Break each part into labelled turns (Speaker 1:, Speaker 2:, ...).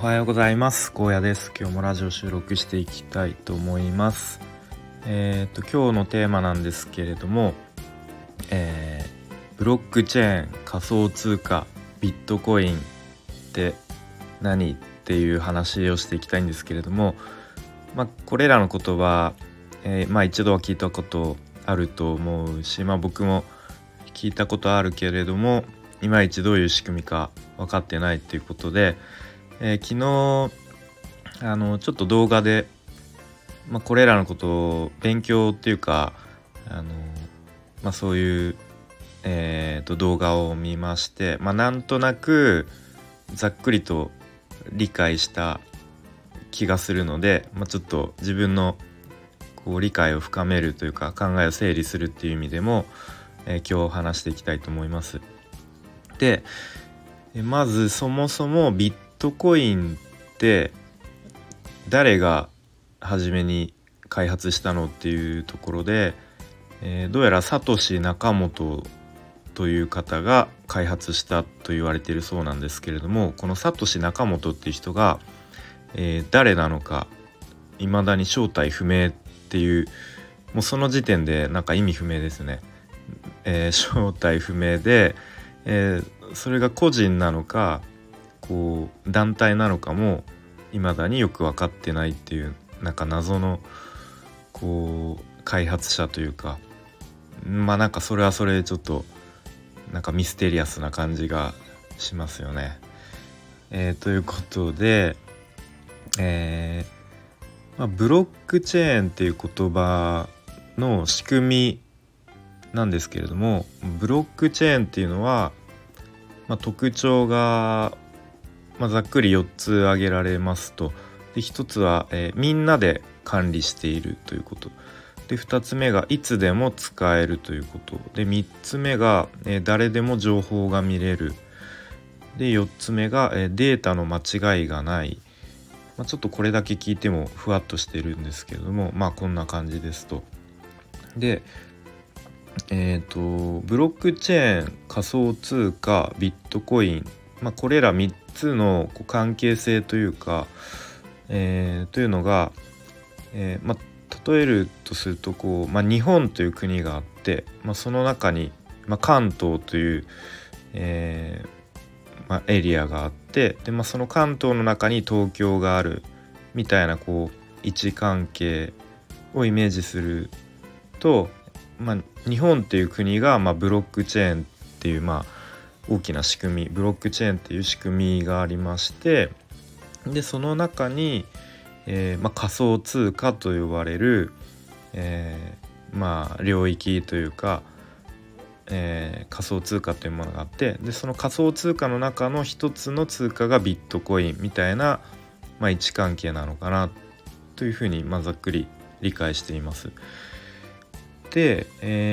Speaker 1: はようございます。高野です。今日もラジオ収録していきたいと思います。今日のテーマなんですけれども、ブロックチェーン、仮想通貨、ビットコインって何っていう話をしていきたいんですけれども、これらの言葉、一度は聞いたことあると思うし、僕も聞いたことあるけれども、いまいちどういう仕組みか分かってないっていうことで、昨日ちょっと動画で、これらのことを勉強っていうかそういう、動画を見まして、なんとなくざっくりと理解した気がするので、ちょっと自分の理解を深めるというか考えを整理するっていう意味でも、今日話していきたいと思います。で、まずそもそもビットコインって誰が初めに開発したのっていうところで、どうやらサトシ・ナカモトという方が開発したと言われているそうなんですけれども、このサトシ・ナカモトっていう人が、誰なのか未だに正体不明っていう、もうその時点で意味不明ですね。正体不明で、それが個人なのか団体なのかも未だによく分かってないっていう謎の開発者というか、それはそれでちょっとミステリアスな感じがしますよね。ということで、ブロックチェーンっていう言葉の仕組みなんですけれども、ブロックチェーンっていうのは、特徴が、ざっくり4つ挙げられますと。で、1つは、みんなで管理しているということで、2つ目がいつでも使えるということで、3つ目が、誰でも情報が見れるで、4つ目が、データの間違いがない。ちょっとこれだけ聞いてもふわっとしてるんですけれども、こんな感じですと。で、ブロックチェーン、仮想通貨、ビットコイン、これら3つの関係性というか、というのが、例えるとすると日本という国があって、その中に、関東という、エリアがあって、で、その関東の中に東京があるみたいな位置関係をイメージすると、日本っていう国が、ブロックチェーンっていう、大きな仕組み、ブロックチェーンっていう仕組みがありまして、でその中に、仮想通貨と呼ばれる、領域というか、仮想通貨というものがあって、でその仮想通貨の中の一つの通貨がビットコインみたいな、位置関係なのかなというふうに、ざっくり理解しています。で、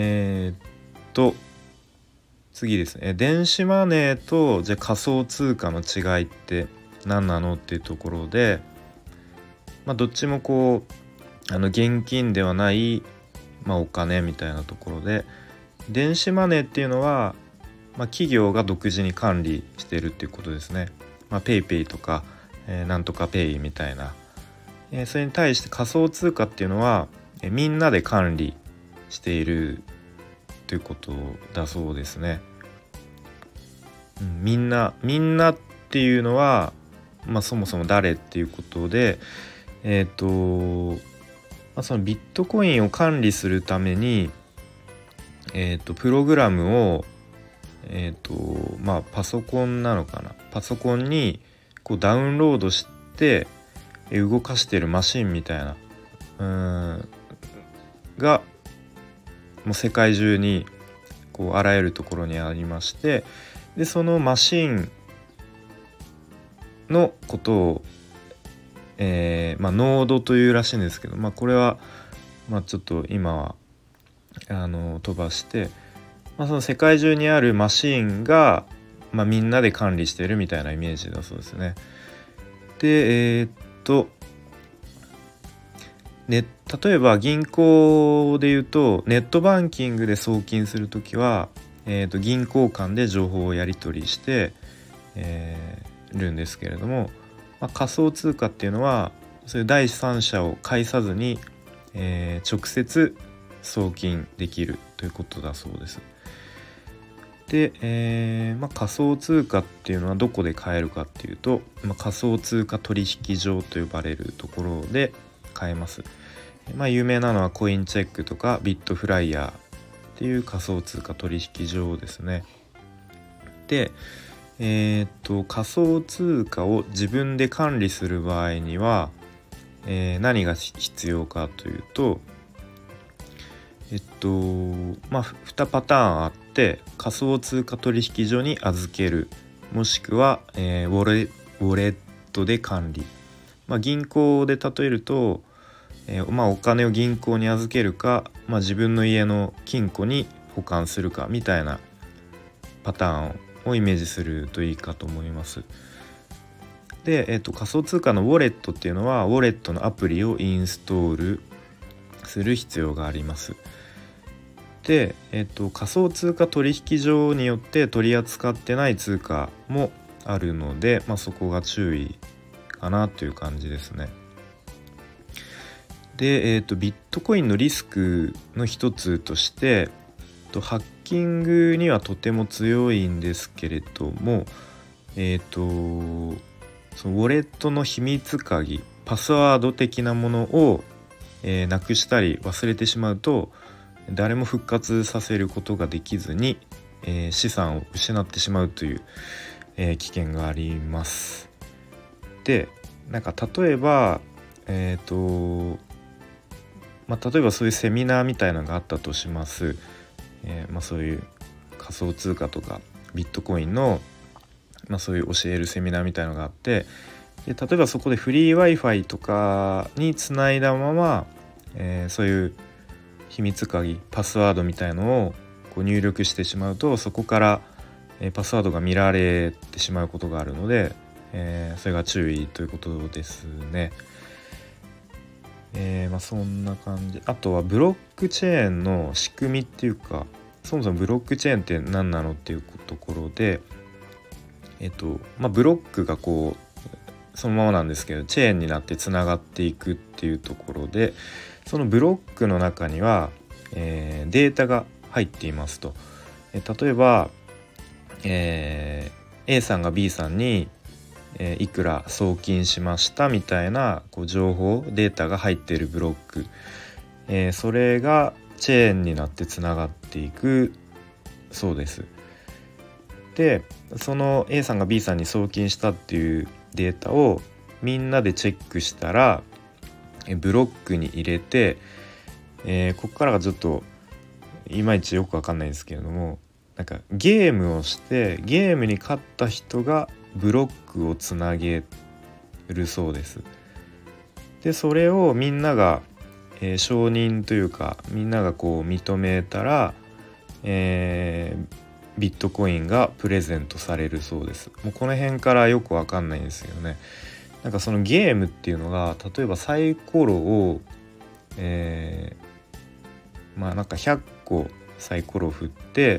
Speaker 1: 次ですね。電子マネーとじゃあ仮想通貨の違いって何なのっていうところで、どっちも現金ではない、お金みたいなところで、電子マネーっていうのは、企業が独自に管理しているっていうことですね。ペイペイとか、なんとかペイみたいな、それに対して仮想通貨っていうのは、みんなで管理しているということだそうですね。みんなっていうのは、そもそも誰っていうことで、そのビットコインを管理するために、プログラムを、パソコンなのかな、パソコンにダウンロードして動かしてるマシンみたいながもう世界中にあらゆるところにありまして、でそのマシンのことを、ノードというらしいんですけど、これは、ちょっと今は飛ばして、その世界中にあるマシンが、みんなで管理してるみたいなイメージだそうですね。で、例えば銀行でいうとネットバンキングで送金するときは、銀行間で情報をやり取りして、るんですけれども、 仮想通貨っていうのはそういう第三者を介さずに、直接送金できるということだそうです。で、仮想通貨っていうのはどこで買えるかっていうと、仮想通貨取引所と呼ばれるところで買えます。有名なのはコインチェックとかビットフライヤーっていう仮想通貨取引所ですね。で、仮想通貨を自分で管理する場合には、何が必要かというと、2パターンあって、仮想通貨取引所に預ける、もしくは、ウォレットで管理。銀行で例えると、お金を銀行に預けるか、自分の家の金庫に保管するかみたいなパターンをイメージするといいかと思います。で、仮想通貨のウォレットっていうのはウォレットのアプリをインストールする必要があります。で、仮想通貨取引所によって取り扱ってない通貨もあるので、そこが注意かなという感じですね。で、ビットコインのリスクの一つとして、ハッキングにはとても強いんですけれども、そのウォレットの秘密鍵、パスワード的なものを、なくしたり忘れてしまうと、誰も復活させることができずに、資産を失ってしまうという、危険があります。で、例えば、例えばそういうセミナーみたいなのがあったとします。そういう仮想通貨とかビットコインの、そういう教えるセミナーみたいなのがあって、で例えばそこでフリー Wi-Fi とかにつないだまま、そういう秘密鍵パスワードみたいのをこう入力してしまうと、そこから、パスワードが見られてしまうことがあるので、それが注意ということですね。そんな感じ。あとはブロックチェーンの仕組みっていうか、そもそもブロックチェーンって何なのっていうところで、ブロックがこうそのままなんですけどチェーンになってつながっていくっていうところで、そのブロックの中には、データが入っていますと。例えば、A さんが B さんにいくら送金しましたみたいなこう情報データが入っているブロック、それがチェーンになってつながっていくそうです。で、その A さんが B さんに送金したっていうデータをみんなでチェックしたら、ブロックに入れて、ここからがちょっといまいちよくわかんないですけれども、ゲームをしてゲームに勝った人がブロックをつなげるそうです。でそれをみんなが、承認というかみんながこう認めたら、ビットコインがプレゼントされるそうです。もうこの辺からよくわかんないんですよね。そのゲームっていうのが例えばサイコロを、100個サイコロ振って、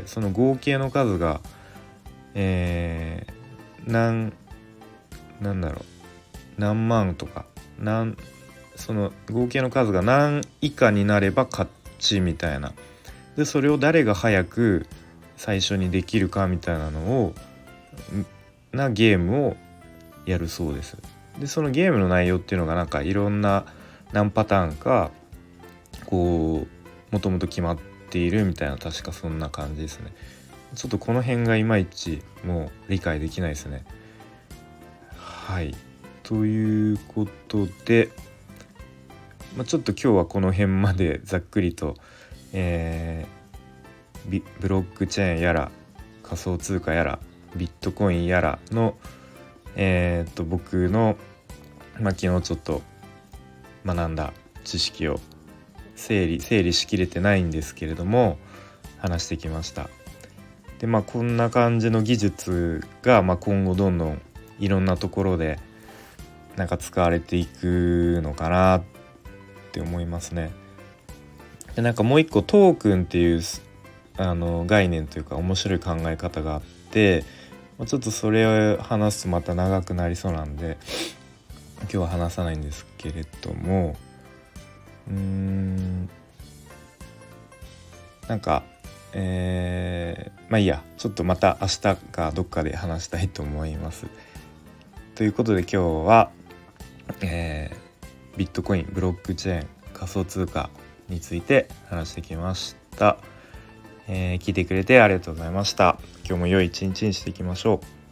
Speaker 1: その合計の数が、何万とかその合計の数が何以下になれば勝ちみたいな。でそれを誰が早く最初にできるかみたいなのをゲームをやるそうです。でそのゲームの内容っていうのがいろんな何パターンかこうもともと決まっているみたいな、確かそんな感じですね。ちょっとこの辺がいまいちもう理解できないですね。はい、ということで、ちょっと今日はこの辺までざっくりと、ブロックチェーンやら仮想通貨やらビットコインやらの、僕の、昨日ちょっと学んだ知識を整理しきれてないんですけれども話してきました。でこんな感じの技術が、今後どんどんいろんなところで使われていくのかなって思いますね。でもう一個トークンっていう概念というか面白い考え方があって、ちょっとそれを話すとまた長くなりそうなんで、 今日は話さないんですけれども、なんかまあいいや、ちょっとまた明日かどっかで話したいと思います。ということで今日は、ビットコイン、ブロックチェーン、仮想通貨について話してきました。聞いてくれてありがとうございました。今日も良い一日にしていきましょう。